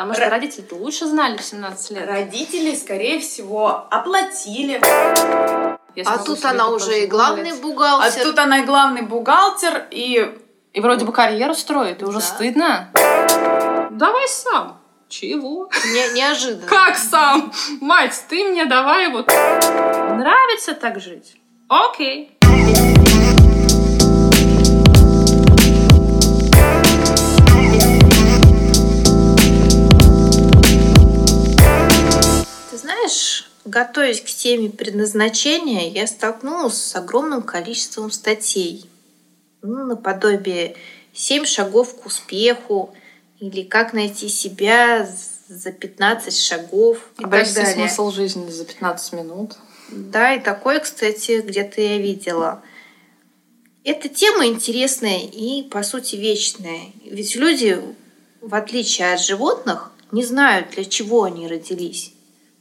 потому что родители-то лучше знали в 17 лет. Родители, скорее всего, оплатили. Если А могу тут себе она это уже и позволить. главный бухгалтер. А тут она и главный бухгалтер, и вроде бы карьеру строит, и уже Да. стыдно. Давай сам. Чего? Неожиданно. Как сам? Мать, ты мне давай вот... Нравится так жить? Окей. Ты знаешь, готовясь к теме предназначения, я столкнулась с огромным количеством статей. Наподобие «7 шагов к успеху» или «Как найти себя за 15 шагов» и Обрести так далее. смысл жизни за 15 минут. Да, и такое, кстати, где-то я видела. Эта тема интересная и, по сути, вечная. Ведь люди, в отличие от животных, не знают, для чего они родились.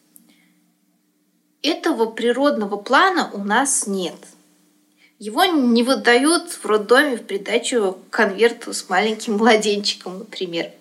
Этого природного плана у нас нет. Его не выдают в роддоме в придачу к конверту с маленьким младенчиком, например.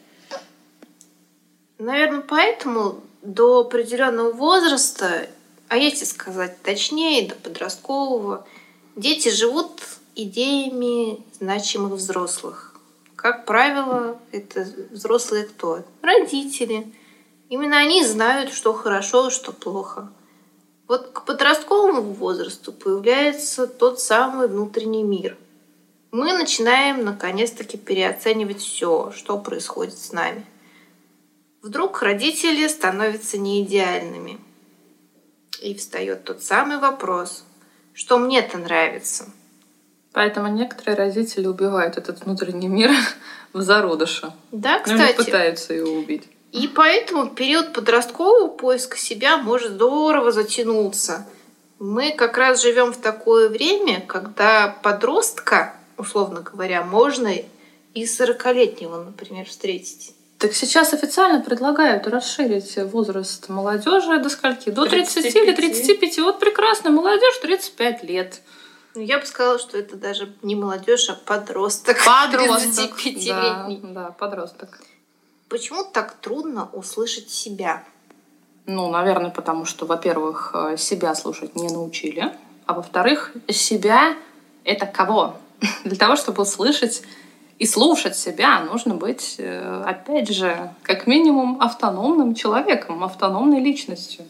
Наверное, поэтому до определенного возраста, а если сказать точнее, до подросткового, дети живут идеями значимых взрослых. Как правило, это взрослые кто? Родители. Именно они знают, что хорошо, что плохо. Вот к подростковому возрасту появляется тот самый внутренний мир. Мы начинаем наконец-таки переоценивать все, что происходит с нами. Вдруг родители становятся неидеальными. И встает тот самый вопрос, что мне-то нравится. Поэтому некоторые родители убивают этот внутренний мир в зародыше. Да, Ну, или кстати. пытаются его убить. И поэтому период подросткового поиска себя может здорово затянуться. Мы как раз живем в такое время, когда подростка, условно говоря, можно и 40-летнего, например, встретить. Так сейчас официально предлагают расширить возраст молодежи до скольки? До 30 или 35. Вот прекрасно, молодежь 35 лет. Ну, я бы сказала, что это даже не молодежь, а подросток. Подросток. 35-летний. Да, подросток. Почему так трудно услышать себя? Ну, наверное, потому что, во-первых, себя слушать не научили, а во-вторых, себя — это кого? Для того, чтобы услышать и слушать себя, нужно быть, опять же, как минимум автономным человеком, автономной личностью.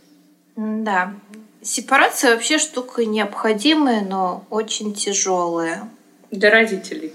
Да. Сепарация вообще штука необходимая, но очень тяжелая. Для родителей.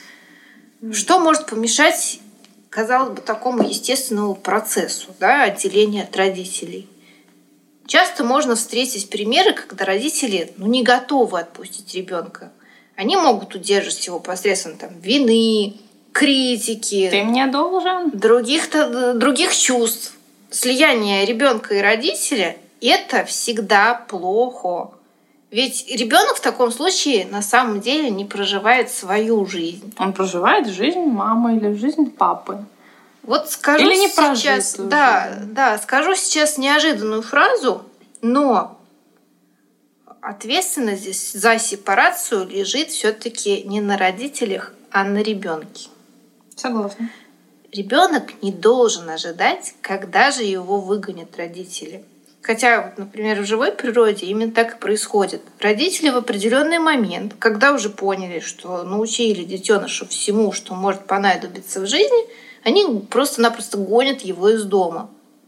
Что может помешать, казалось бы, такому естественному процессу, да, отделения от родителей? Часто можно встретить примеры, когда родители не готовы отпустить ребенка. Они могут удерживать его посредством вины, критики, Ты мне должен. других чувств. Слияние ребенка и родителя – это всегда плохо. Ведь ребенок в таком случае на самом деле не проживает свою жизнь. Он проживает жизнь мамы или жизнь папы. Вот скажу Или не сейчас, прожитую да, скажу сейчас неожиданную фразу, но ответственность здесь за сепарацию лежит все-таки не на родителях, а на ребенке. Согласна. Ребенок не должен ожидать, когда же его выгонят родители. Хотя, например, в живой природе именно так и происходит. Родители в определенный момент, когда уже поняли, что научили детеныша всему, что может понадобиться в жизни, они просто-напросто гонят его из дома.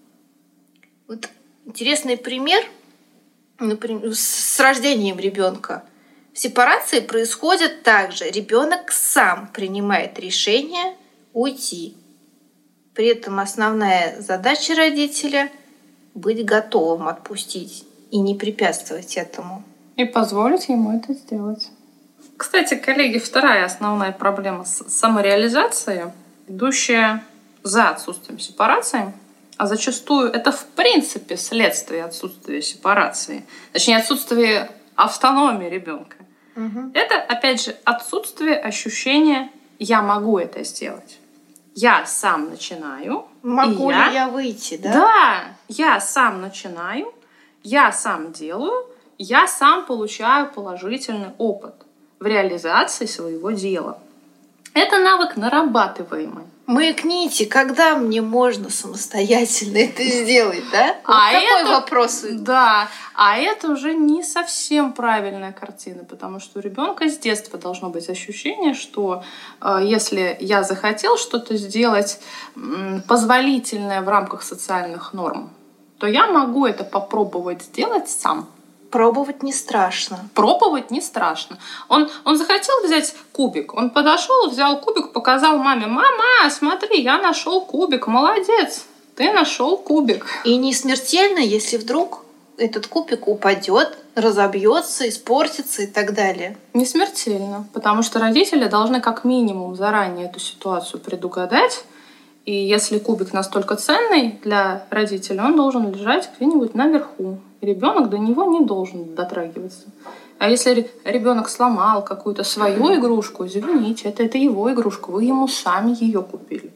Вот интересный пример, например, с рождением ребенка. В сепарации происходит так же. Ребенок сам принимает решение уйти. При этом основная задача родителя – быть готовым отпустить и не препятствовать этому. И позволить ему это сделать. Кстати, коллеги, вторая основная проблема с самореализацией, идущая за отсутствием сепарации, а зачастую это в принципе следствие отсутствия сепарации, точнее отсутствие автономии ребенка. Угу. Это, опять же, отсутствие ощущения «я могу это сделать». Я сам начинаю. Могу ли я выйти, да? Да, я сам начинаю, я сам делаю, я сам получаю положительный опыт в реализации своего дела. Это навык нарабатываемый. Маякните, когда мне можно самостоятельно это сделать, да? Вот такой вопрос. Да, а это уже не совсем правильная картина, потому что у ребенка с детства должно быть ощущение, что если я захотел что-то сделать позволительное в рамках социальных норм, то я могу это попробовать сделать сам. Пробовать не страшно. Пробовать не страшно. Он захотел взять кубик. Он подошел, взял кубик, показал маме: «Мама, смотри, я нашел кубик. Молодец, ты нашел кубик». И не смертельно, если вдруг этот кубик упадет, разобьется, испортится и так далее. Не смертельно, потому что родители должны как минимум заранее эту ситуацию предугадать. И если кубик настолько ценный для родителя, он должен лежать где-нибудь наверху. Ребенок до него не должен дотрагиваться. А если ребенок сломал какую-то свою игрушку, извините, это его игрушка, вы ему сами ее купили.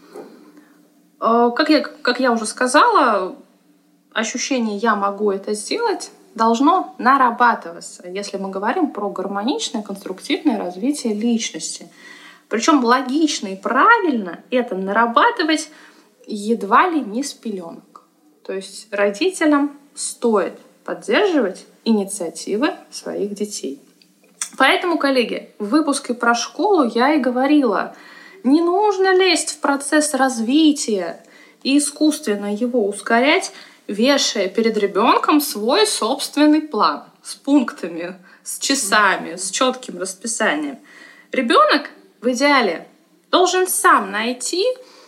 Как я уже сказала, ощущение «я могу это сделать» должно нарабатываться, если мы говорим про гармоничное, конструктивное развитие личности. Причем логично и правильно это нарабатывать едва ли не с пеленок. То есть родителям стоит поддерживать инициативы своих детей. Поэтому, коллеги, в выпуске про школу я и говорила, не нужно лезть в процесс развития и искусственно его ускорять, вешая перед ребенком свой собственный план с пунктами, с часами, с четким расписанием. Ребенок в идеале должен сам найти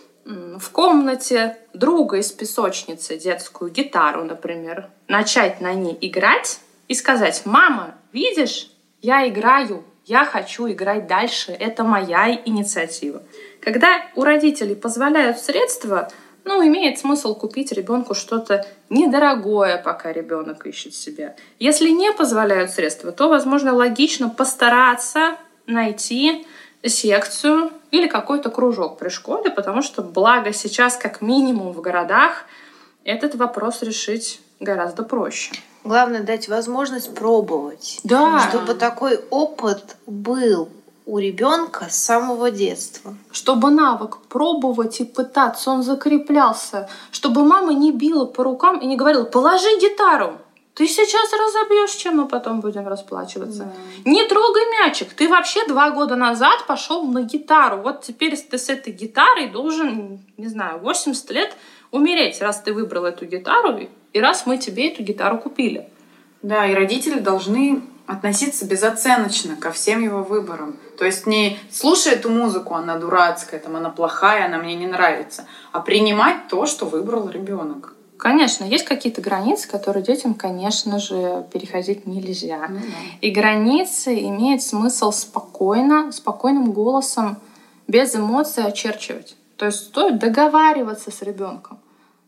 в комнате друга из песочницы детскую гитару, например, начать на ней играть и сказать: «Мама, видишь, я играю, я хочу играть дальше, это моя инициатива». Когда у родителей позволяют средства, имеет смысл купить ребенку что-то недорогое, пока ребенок ищет себя. Если не позволяют средства, то, возможно, логично постараться найти секцию или какой-то кружок при школе, потому что, благо, сейчас как минимум в городах этот вопрос решить гораздо проще. Главное дать возможность пробовать. Да. Чтобы такой опыт был у ребенка с самого детства. Чтобы навык пробовать и пытаться, он закреплялся. Чтобы мама не била по рукам и не говорила: «Положи гитару, ты сейчас разобьешь, чем мы потом будем расплачиваться». Да. «Не трогай мячик, ты вообще 2 года назад пошел на гитару. Вот теперь ты с этой гитарой должен, 80 лет умереть, раз ты выбрал эту гитару и раз мы тебе эту гитару купили». Да, и родители должны относиться безоценочно ко всем его выборам. То есть не слушай эту музыку, она дурацкая, она плохая, она мне не нравится, а принимать то, что выбрал ребенок. Конечно, есть какие-то границы, которые детям, конечно же, переходить нельзя. И границы имеет смысл спокойным голосом, без эмоций очерчивать. То есть стоит договариваться с ребенком.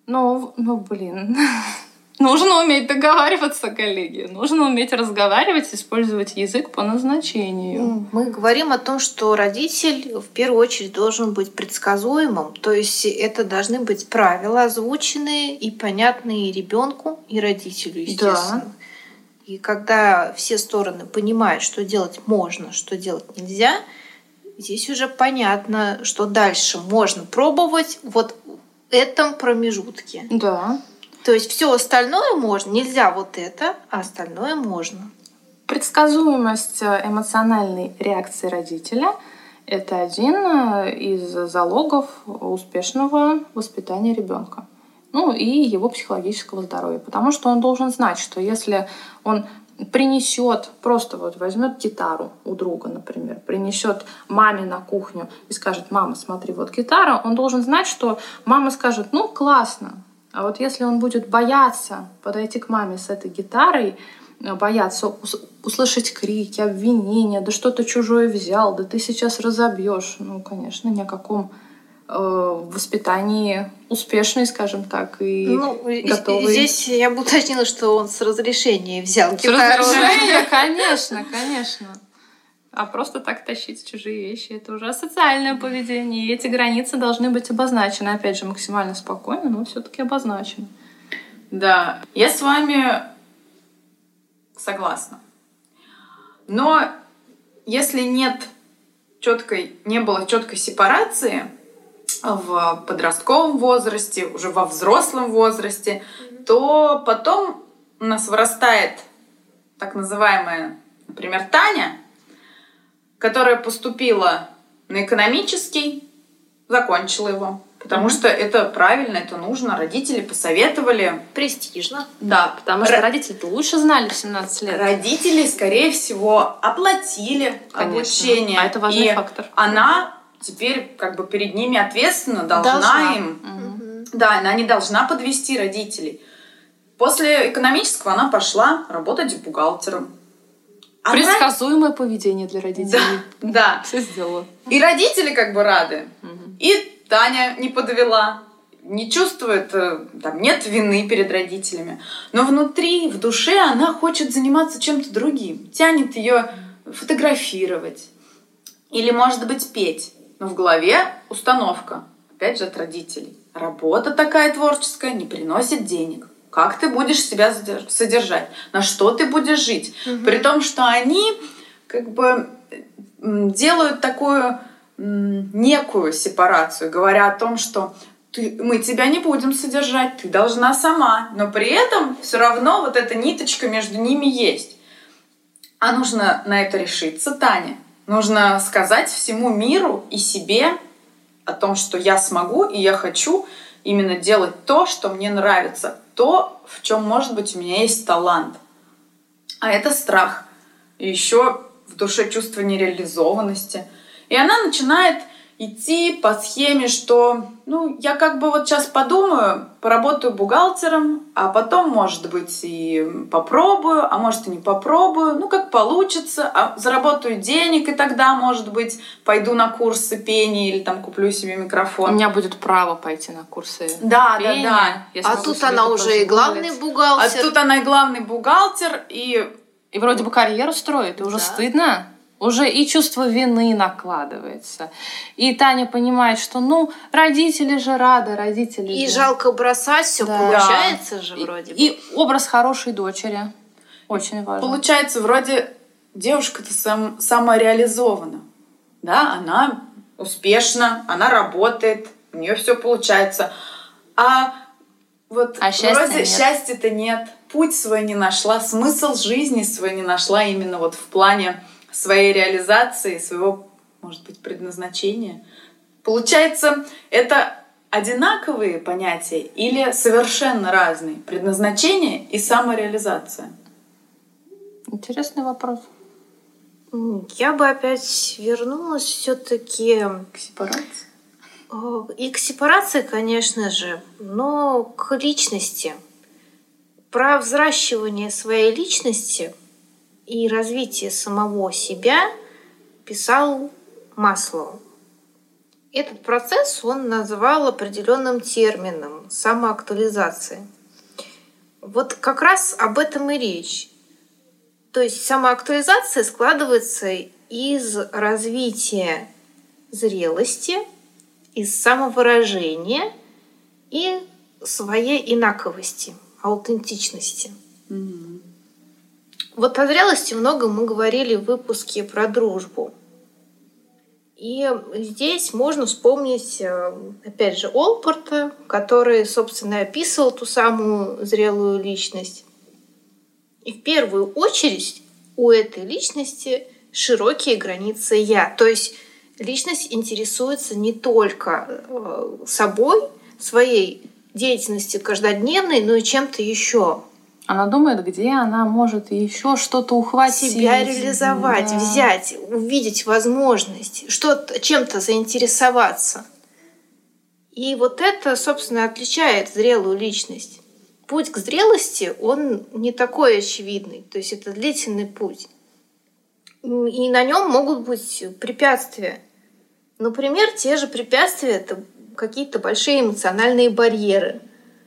Нужно уметь договариваться, коллеги. Нужно уметь разговаривать, использовать язык по назначению. Мы говорим о том, что родитель в первую очередь должен быть предсказуемым. То есть это должны быть правила, озвученные и понятные ребенку и родителю, естественно. Да. И когда все стороны понимают, что делать можно, что делать нельзя, здесь уже понятно, что дальше можно пробовать вот в этом промежутке. Да. То есть все остальное можно, нельзя вот это, а остальное можно. Предсказуемость эмоциональной реакции родителя – это один из залогов успешного воспитания ребенка. И его психологического здоровья. Потому что он должен знать, что если он принесет, просто возьмет гитару у друга, например, принесет маме на кухню и скажет: «Мама, смотри, вот гитара», он должен знать, что мама скажет: «Классно». А вот если он будет бояться подойти к маме с этой гитарой, бояться услышать крики, обвинения: «Да что ты чужое взял, да ты сейчас разобьешь», конечно, ни о каком воспитании успешной, скажем так, и готовой. Здесь я бы уточнила, что он с разрешения взял гитару. С разрешения, конечно. А просто так тащить чужие вещи — это уже асоциальное поведение. И эти границы должны быть обозначены. Опять же, максимально спокойно, но все-таки обозначены. Да, я с вами согласна. Но если нет не было четкой сепарации в подростковом возрасте, уже во взрослом возрасте, то потом у нас вырастает так называемая, например, Таня, которая поступила на экономический, закончила его. Потому что это правильно, это нужно. Родители посоветовали. Престижно. Да, потому что родители-то лучше знали в 17 лет. Родители, скорее всего, оплатили обучение. А это важный фактор. Она теперь как бы перед ними ответственно должна им... Да, она не должна подвести родителей. После экономического она пошла работать бухгалтером. Предсказуемое поведение для родителей. Да. Все сделала. И родители как бы рады. И Таня не подвела, не чувствует, там нет вины перед родителями. Но внутри, в душе она хочет заниматься чем-то другим. Тянет ее фотографировать. Или, может быть, петь. Но в голове установка, опять же, от родителей. Работа такая творческая не приносит денег. Как ты будешь себя содержать? На что ты будешь жить? При том, что они как бы делают такую некую сепарацию, говоря о том, что мы тебя не будем содержать, ты должна сама. Но при этом все равно вот эта ниточка между ними есть. А нужно на это решиться, Таня. Нужно сказать всему миру и себе о том, что я смогу и я хочу именно делать то, что мне нравится, то, в чем, может быть, у меня есть талант. А это страх. И еще в душе чувство нереализованности. И она начинает идти по схеме, что я как бы вот сейчас подумаю, поработаю бухгалтером, а потом, может быть, и попробую, а может, и не попробую, как получится, а заработаю денег, и тогда, может быть, пойду на курсы пения или там куплю себе микрофон. У меня будет право пойти на курсы пения. Да. А тут она уже и главный бухгалтер. А тут она и главный бухгалтер, и вроде бы карьеру строит, и уже стыдно. Уже и чувство вины накладывается. И Таня понимает, что родители же рады, родители и же. жалко бросать, все получается же вроде бы. И образ хорошей дочери. Очень важно. Получается, вроде девушка-то самореализована. Да, она успешна, она работает, у нее все получается. А вот вроде счастья-то нет. Путь свой не нашла, смысл жизни свой не нашла именно вот в плане своей реализации, своего, может быть, предназначения. Получается, это одинаковые понятия или совершенно разные? Предназначение и самореализация. Интересный вопрос. Я бы опять вернулась все-таки к сепарации. И к сепарации, конечно же, но к личности. Про взращивание своей личности и развитие самого себя писал Маслоу. Этот процесс он называл определенным термином – самоактуализацией. Вот как раз об этом и речь. То есть самоактуализация складывается из развития зрелости, из самовыражения и своей инаковости, аутентичности. Вот о зрелости много мы говорили в выпуске про дружбу. И здесь можно вспомнить, опять же, Олпорта, который, собственно, описывал ту самую зрелую личность. И в первую очередь у этой личности широкие границы «я». То есть личность интересуется не только собой, своей деятельностью каждодневной, но и чем-то еще. Она думает, где она может еще что-то ухватить. Себя реализовать, взять, увидеть возможность, чем-то заинтересоваться. И вот это, собственно, отличает зрелую личность. Путь к зрелости, он не такой очевидный. То есть это длительный путь. И на нем могут быть препятствия. Например, те же препятствия – это какие-то большие эмоциональные барьеры.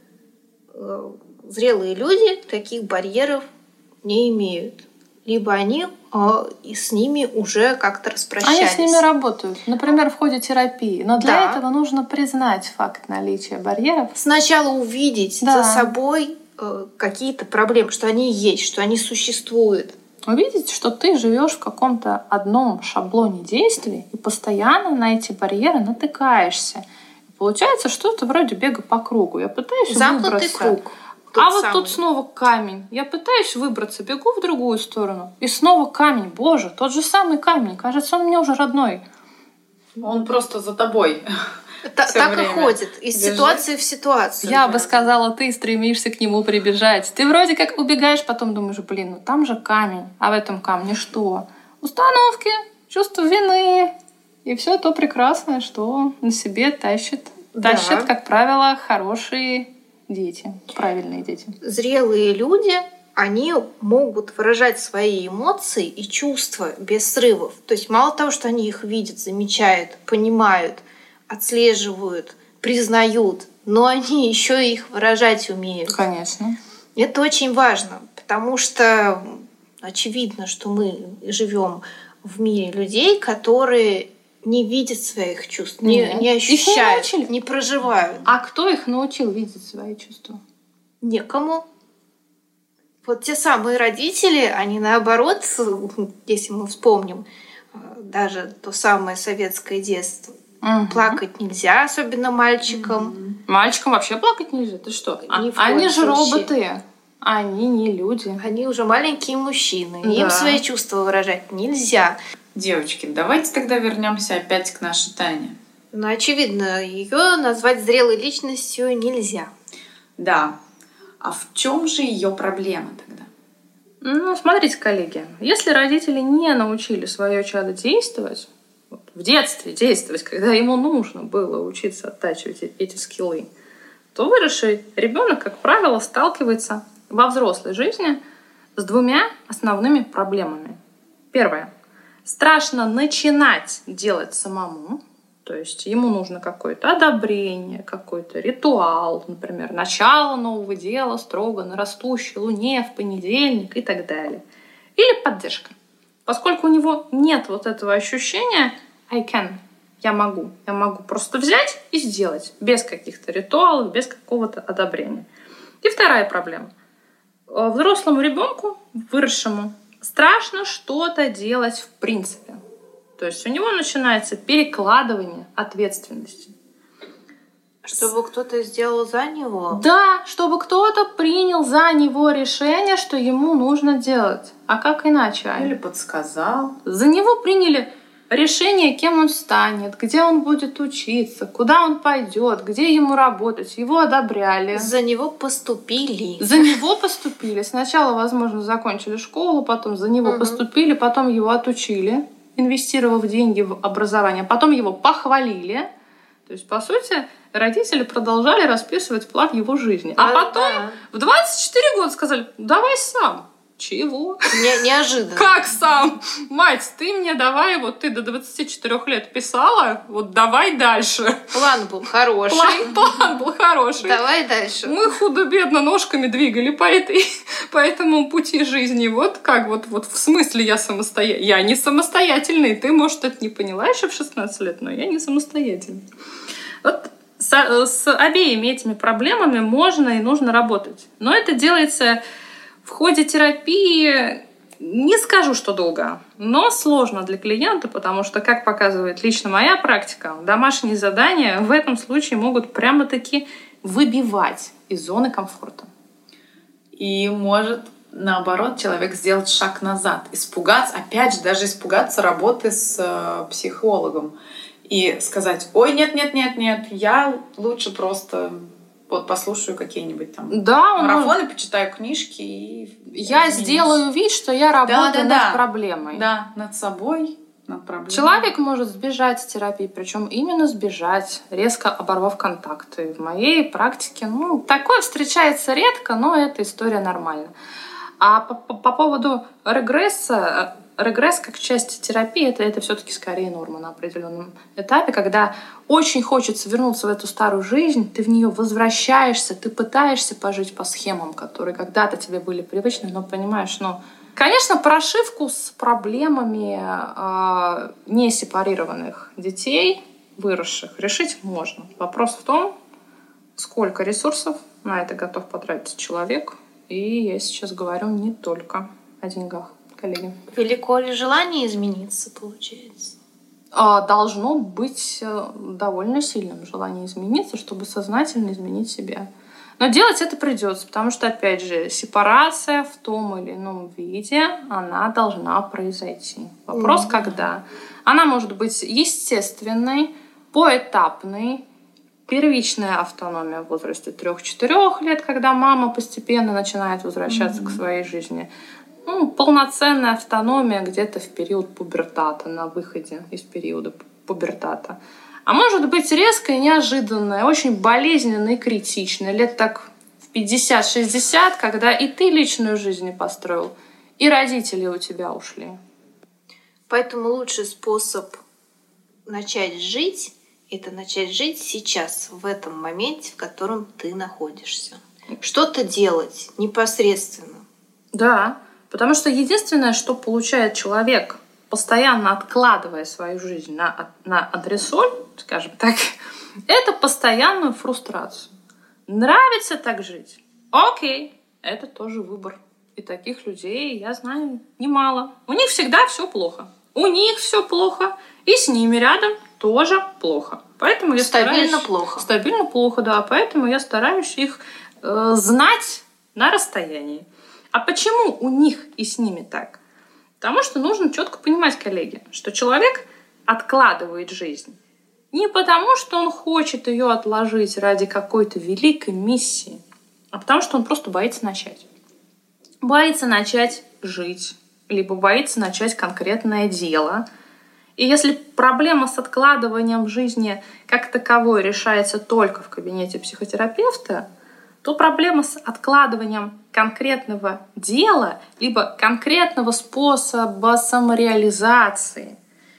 Зрелые люди таких барьеров не имеют. Либо они с ними уже как-то распрощались. Они с ними работают. Например, в ходе терапии. Но для этого нужно признать факт наличия барьеров. Сначала увидеть за собой какие-то проблемы, что они есть, что они существуют. увидеть, что ты живешь в каком-то одном шаблоне действий и постоянно на эти барьеры натыкаешься. Получается что-то вроде бега по кругу. Я пытаюсь замкнутый выбраться. круг. А вот тут снова камень. Я пытаюсь выбраться, бегу в другую сторону. И снова камень. Боже, тот же самый камень. Кажется, он мне уже родной. Он просто за тобой. Так и ходит. Из ситуации в ситуацию. Я бы сказала, ты стремишься к нему прибежать. Ты вроде как убегаешь, потом думаешь, блин, ну там же камень. А в этом камне что? Установки, чувство вины. И все то прекрасное, что на себе тащат. Тащат, как правило, хорошие дети, правильные дети. Зрелые люди, они могут выражать свои эмоции и чувства без срывов. То есть мало того, что они их видят, замечают, понимают, отслеживают, признают, но они еще их выражать умеют. Конечно. Это очень важно, потому что очевидно, что мы живем в мире людей, которые не видят своих чувств, не ощущают, не проживают. А кто их научил видеть свои чувства? Некому. Вот те самые родители, они наоборот, если мы вспомним даже то самое советское детство, плакать нельзя, особенно мальчикам. Мальчикам вообще плакать нельзя? Ты что? Они же роботы. Они не люди. Они уже маленькие мужчины. Да. Им свои чувства выражать нельзя. Девочки, давайте тогда вернемся опять к нашей Тане. Ну, очевидно, ее назвать зрелой личностью нельзя. Да. А в чем же ее проблема тогда? Ну, смотрите, коллеги, если родители не научили свое чадо действовать, в детстве действовать, когда ему нужно было учиться оттачивать эти скиллы, то выросший ребенок, как правило, сталкивается во взрослой жизни с двумя основными проблемами. Первое. Страшно начинать делать самому, то есть ему нужно какое-то одобрение, какой-то ритуал, например, начало нового дела строго на растущей луне в понедельник и так далее. Или поддержка. Поскольку у него нет вот этого ощущения I can, я могу просто взять и сделать, без каких-то ритуалов, без какого-то одобрения. И вторая проблема. Взрослому ребенку, выросшему, страшно что-то делать в принципе. То есть у него начинается перекладывание ответственности. Чтобы кто-то сделал за него? Да, чтобы кто-то принял за него решение, что ему нужно делать. А как иначе? Или подсказал. За него приняли решение, кем он станет, где он будет учиться, куда он пойдет, где ему работать. Его одобряли. За него поступили. За него поступили. Сначала, возможно, закончили школу, потом за него поступили, потом его отучили, инвестировав деньги в образование, потом его похвалили. То есть, по сути, родители продолжали расписывать план его жизни. А потом в 24 года сказали, давай сам. Чего? Неожиданно. Как сам? Мать, ты мне давай, вот ты до 24 лет писала, вот давай дальше. План был хороший. План был хороший. Давай дальше. Мы худо-бедно ножками двигали по этому пути жизни. Вот как, вот в смысле я самостоятельный. Я не самостоятельный. Ты, может, это не поняла еще в 16 лет, но я не самостоятельный. Вот с обеими этими проблемами можно и нужно работать. Но это делается в ходе терапии, не скажу, что долго, но сложно для клиента, потому что, как показывает лично моя практика, домашние задания в этом случае могут прямо-таки выбивать из зоны комфорта. И может, наоборот, человек сделать шаг назад, испугаться, опять же, даже испугаться работы с психологом и сказать, ой, нет, я лучше просто... Вот послушаю какие-нибудь там марафоны, почитаю книжки и я сделаю вид, что я работаю над проблемой. Да, над собой, над проблемой. Человек может сбежать с терапии, причем именно сбежать, резко оборвав контакты. В моей практике, такое встречается редко, но эта история нормальна. А по поводу регресса, регресс как часть терапии это все-таки скорее норма на определенном этапе, когда очень хочется вернуться в эту старую жизнь, ты в нее возвращаешься, ты пытаешься пожить по схемам, которые когда-то тебе были привычны, но понимаешь, конечно, прошивку с проблемами не сепарированных детей, выросших, решить можно. Вопрос в том, сколько ресурсов на это готов потратить человек. И я сейчас говорю не только о деньгах. коллеги? Велико ли желание измениться, получается? Должно быть довольно сильным желание измениться, чтобы сознательно изменить себя. Но делать это придется, потому что, опять же, сепарация в том или ином виде, она должна произойти. Вопрос, когда. Она может быть естественной, поэтапной, первичная автономия в возрасте 3-4 лет, когда мама постепенно начинает возвращаться к своей жизни. Полноценная автономия где-то в период пубертата, на выходе из периода пубертата. А может быть резкая, неожиданная, очень болезненная и критичная. Лет так в 50-60, когда и ты личную жизнь не построил, и родители у тебя ушли. Поэтому лучший способ начать жить — это начать жить сейчас, в этом моменте, в котором ты находишься. Что-то делать непосредственно. Да, потому что единственное, что получает человек, постоянно откладывая свою жизнь на антресоль, скажем так, это постоянную фрустрацию. Нравится так жить? Окей, это тоже выбор. И таких людей я знаю немало. У них всегда все плохо. У них все плохо, и с ними рядом тоже плохо. Поэтому я стабильно плохо. Стабильно плохо, да. Поэтому я стараюсь их знать на расстоянии. А почему у них и с ними так? Потому что нужно четко понимать, коллеги, что человек откладывает жизнь не потому, что он хочет ее отложить ради какой-то великой миссии, а потому что он просто боится начать. Боится начать жить, либо боится начать конкретное дело. И если проблема с откладыванием жизни как таковой решается только в кабинете психотерапевта, то проблема с откладыванием конкретного дела либо конкретного способа самореализации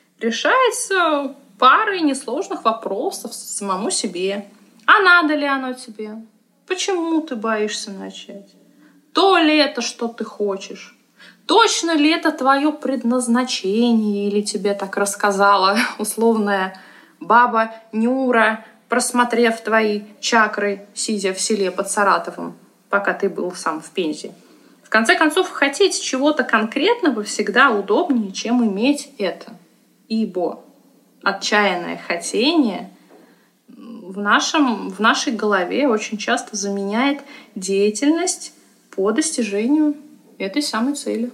решается парой несложных вопросов самому себе. А надо ли оно тебе? Почему ты боишься начать? То ли это, что ты хочешь? Точно ли это твое предназначение? Или тебе так рассказала условная баба Нюра, просмотрев твои чакры, сидя в селе под Саратовом, пока ты был сам в Пензе. В конце концов, хотеть чего-то конкретного всегда удобнее, чем иметь это. Ибо отчаянное хотение в нашей голове очень часто заменяет деятельность по достижению этой самой цели.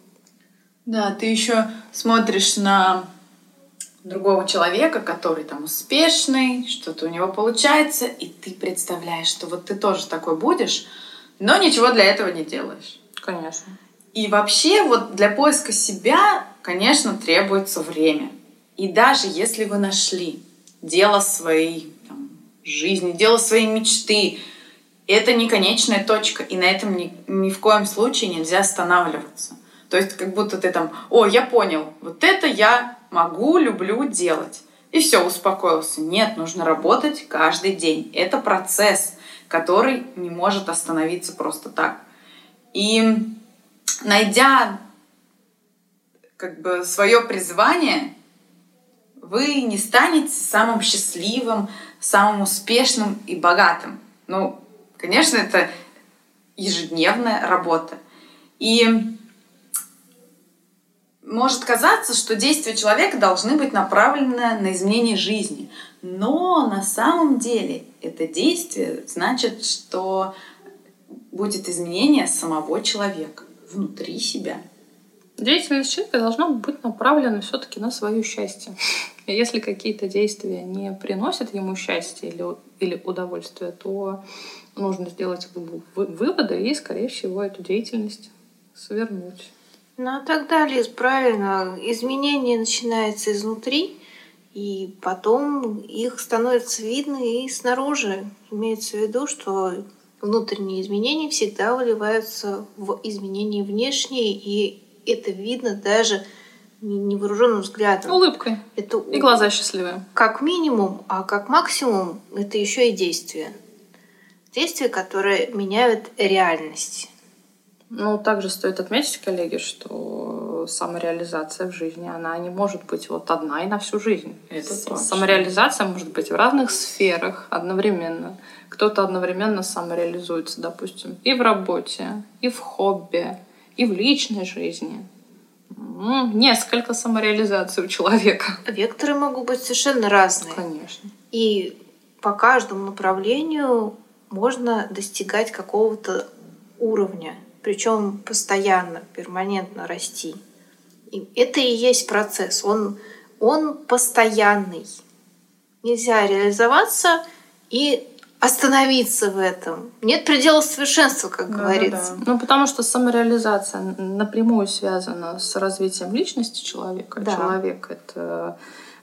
Да, ты еще смотришь на другого человека, который там успешный, что-то у него получается, и ты представляешь, что вот ты тоже такой будешь, но ничего для этого не делаешь. Конечно. И вообще вот для поиска себя, конечно, требуется время. И даже если вы нашли дело своей жизни, дело своей мечты, это не конечная точка, и на этом ни в коем случае нельзя останавливаться. То есть как будто ты я понял, вот это я могу, люблю делать. И все, успокоился. Нет, нужно работать каждый день. Это процесс, который не может остановиться просто так. И найдя свое призвание, вы не станете самым счастливым, самым успешным и богатым. Конечно, это ежедневная работа. И может казаться, что действия человека должны быть направлены на изменение жизни. Но на самом деле это действие значит, что будет изменение самого человека внутри себя. Деятельность человека должна быть направлена все-таки на свое счастье. И если какие-то действия не приносят ему счастья или удовольствия, то нужно сделать выводы и, скорее всего, эту деятельность свернуть. Ну, тогда, Лиз, правильно. Изменения начинаются изнутри, и потом их становится видно и снаружи. Имеется в виду, что внутренние изменения всегда выливаются в изменения внешние, и это видно даже невооруженным взглядом. Улыбкой. Это и глаза счастливые. Как минимум, а как максимум это еще и действия. Действия, которые меняют реальность. Также стоит отметить, коллеги, что самореализация в жизни, она не может быть одна и на всю жизнь. Самореализация может быть в разных сферах одновременно. Кто-то одновременно самореализуется, допустим, и в работе, и в хобби, и в личной жизни. несколько самореализаций у человека. Векторы могут быть совершенно разные. Конечно. И по каждому направлению можно достигать какого-то уровня, причем постоянно, перманентно расти. И это и есть процесс. Он постоянный. Нельзя реализоваться и остановиться в этом. Нет предела совершенства, как говорится. Да. Потому что самореализация напрямую связана с развитием личности человека. Да. Человек — это,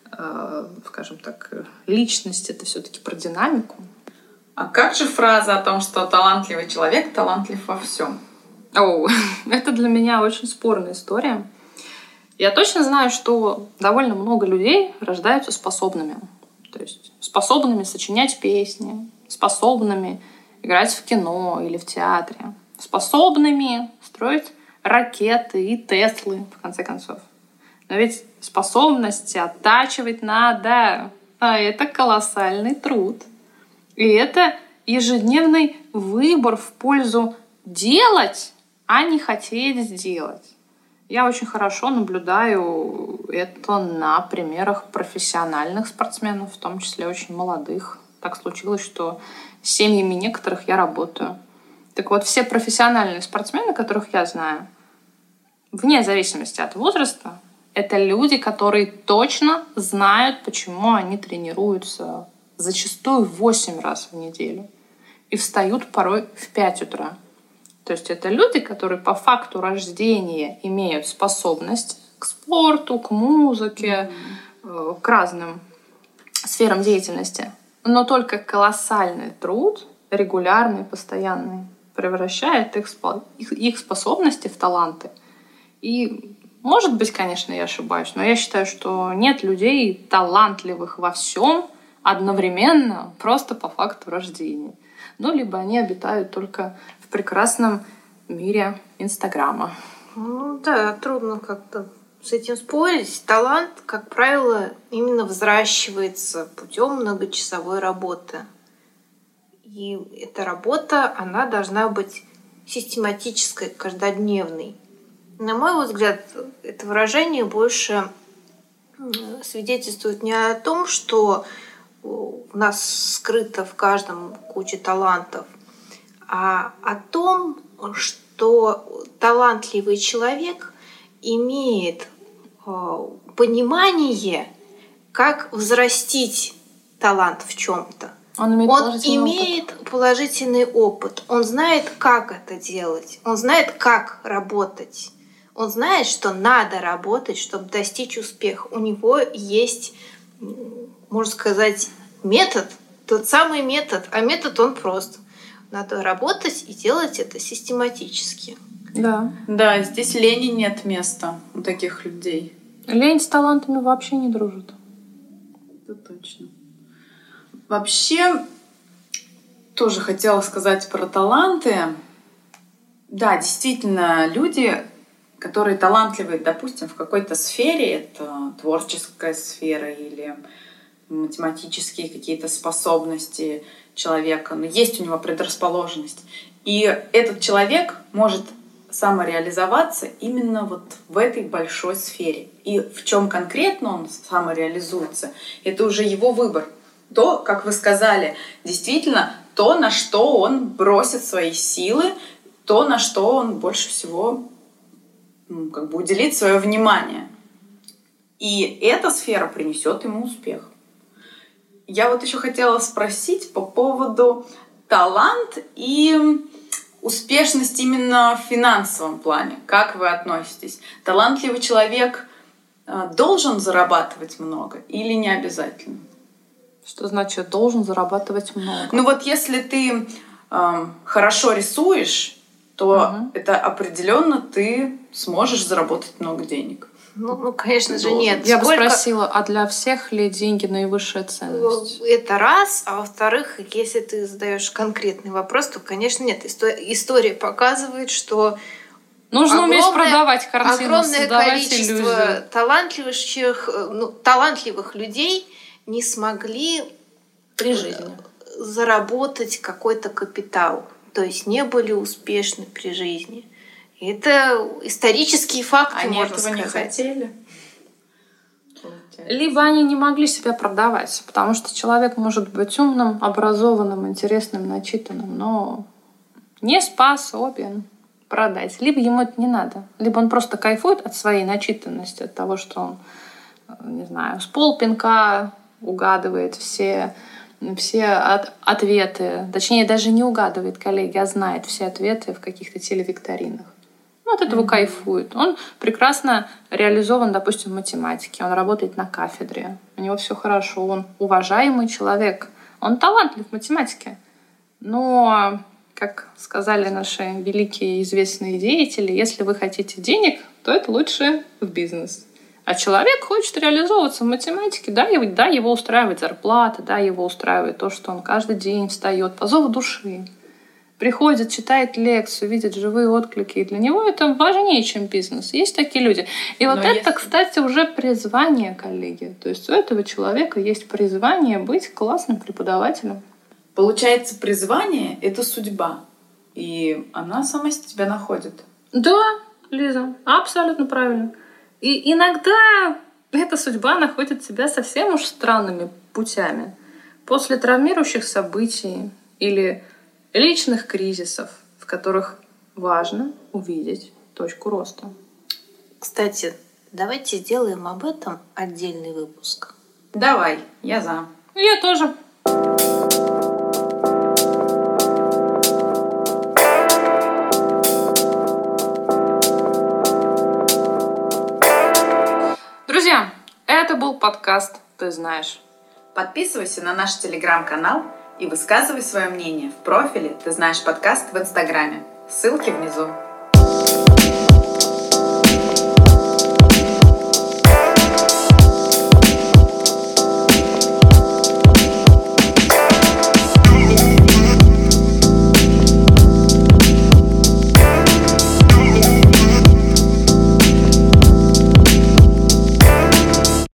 скажем так, личность — это все-таки про динамику. А как же фраза о том, что талантливый человек талантлив во всем? Это для меня очень спорная история. Я точно знаю, что довольно много людей рождаются способными. То есть способными сочинять песни, способными играть в кино или в театре, способными строить ракеты и Теслы, в конце концов. Но ведь способности оттачивать надо, а это колоссальный труд. И это ежедневный выбор в пользу делать, а не хотеть сделать. Я очень хорошо наблюдаю это на примерах профессиональных спортсменов, в том числе очень молодых. Так случилось, что с семьями некоторых я работаю. Так вот, все профессиональные спортсмены, которых я знаю, вне зависимости от возраста, это люди, которые точно знают, почему они тренируются зачастую 8 раз в неделю и встают порой в 5 утра. То есть это люди, которые по факту рождения имеют способность к спорту, к музыке, к разным сферам деятельности. Но только колоссальный труд, регулярный, постоянный, превращает их способности в таланты. И, может быть, конечно, я ошибаюсь, но я считаю, что нет людей талантливых во всем одновременно, просто по факту рождения. Либо они обитают только в прекрасном мире Инстаграма. Да, трудно как-то с этим спорить. Талант, как правило, именно взращивается путем многочасовой работы. И эта работа, она должна быть систематической, каждодневной. На мой взгляд, это выражение больше свидетельствует не о том, что у нас скрыто в каждом куча талантов, а о том, что талантливый человек имеет понимание, как взрастить талант в чем-то. Он имеет положительный опыт. Он знает, как это делать. Он знает, как работать. Он знает, что надо работать, чтобы достичь успеха. У него есть, можно сказать, метод, тот самый метод. А метод он прост. Надо работать и делать это систематически. Да, здесь лени нет места у таких людей. Лень с талантами вообще не дружит. Это точно. Вообще, тоже хотела сказать про таланты. Да, действительно, люди, которые талантливые, допустим, в какой-то сфере, это творческая сфера или математические какие-то способности человека, но есть у него предрасположенность. И этот человек может самореализоваться именно вот в этой большой сфере. И в чем конкретно он самореализуется, это уже его выбор. То, как вы сказали, действительно, то, на что он бросит свои силы, то, на что он больше всего уделит свое внимание. И эта сфера принесет ему успех. Я вот еще хотела спросить по поводу талант и успешность именно в финансовом плане. Как вы относитесь? Талантливый человек должен зарабатывать много или не обязательно? Что значит должен зарабатывать много? Вот если ты хорошо рисуешь, то это определенно ты сможешь заработать много денег. Конечно же, нет. Я бы спросила, а для всех ли деньги наивысшая ценность? Это раз. А во-вторых, если ты задаешь конкретный вопрос, то, конечно, нет. История показывает, что нужно уметь продавать картину, огромное количество талантливых людей не смогли при жизни заработать какой-то капитал. То есть не были успешны при жизни. Это исторические факты, Они можно этого сказать. не хотели. Либо они не могли себя продавать, потому что человек может быть умным, образованным, интересным, начитанным, но не способен продать. Либо ему это не надо, либо он просто кайфует от своей начитанности, от того, что он, не знаю, с полпинка угадывает все ответы. Точнее, даже не угадывает, коллеги, а знает все ответы в каких-то телевикторинах. От этого кайфует. Он прекрасно реализован, допустим, в математике. Он работает на кафедре. У него все хорошо. Он уважаемый человек. Он талантлив в математике. Но, как сказали наши великие известные деятели, если вы хотите денег, то это лучше в бизнес. А человек хочет реализовываться в математике. Да, его устраивает зарплата, да, его устраивает то, что он каждый день встает по зову души. Приходит, читает лекцию, видит живые отклики. И для него это важнее, чем бизнес. Есть такие люди. И вот это, кстати, уже призвание, коллеги. То есть у этого человека есть призвание быть классным преподавателем. Получается, призвание — это судьба. И она сама тебя находит. Да, Лиза, абсолютно правильно. И иногда эта судьба находит тебя совсем уж странными путями. После травмирующих событий или личных кризисов, в которых важно увидеть точку роста. Кстати, давайте сделаем об этом отдельный выпуск. Давай, я за. Я тоже. Друзья, это был подкаст «Ты знаешь». Подписывайся на наш телеграм-канал и высказывай свое мнение в профиле «Ты знаешь подкаст» в Инстаграме. Ссылки внизу.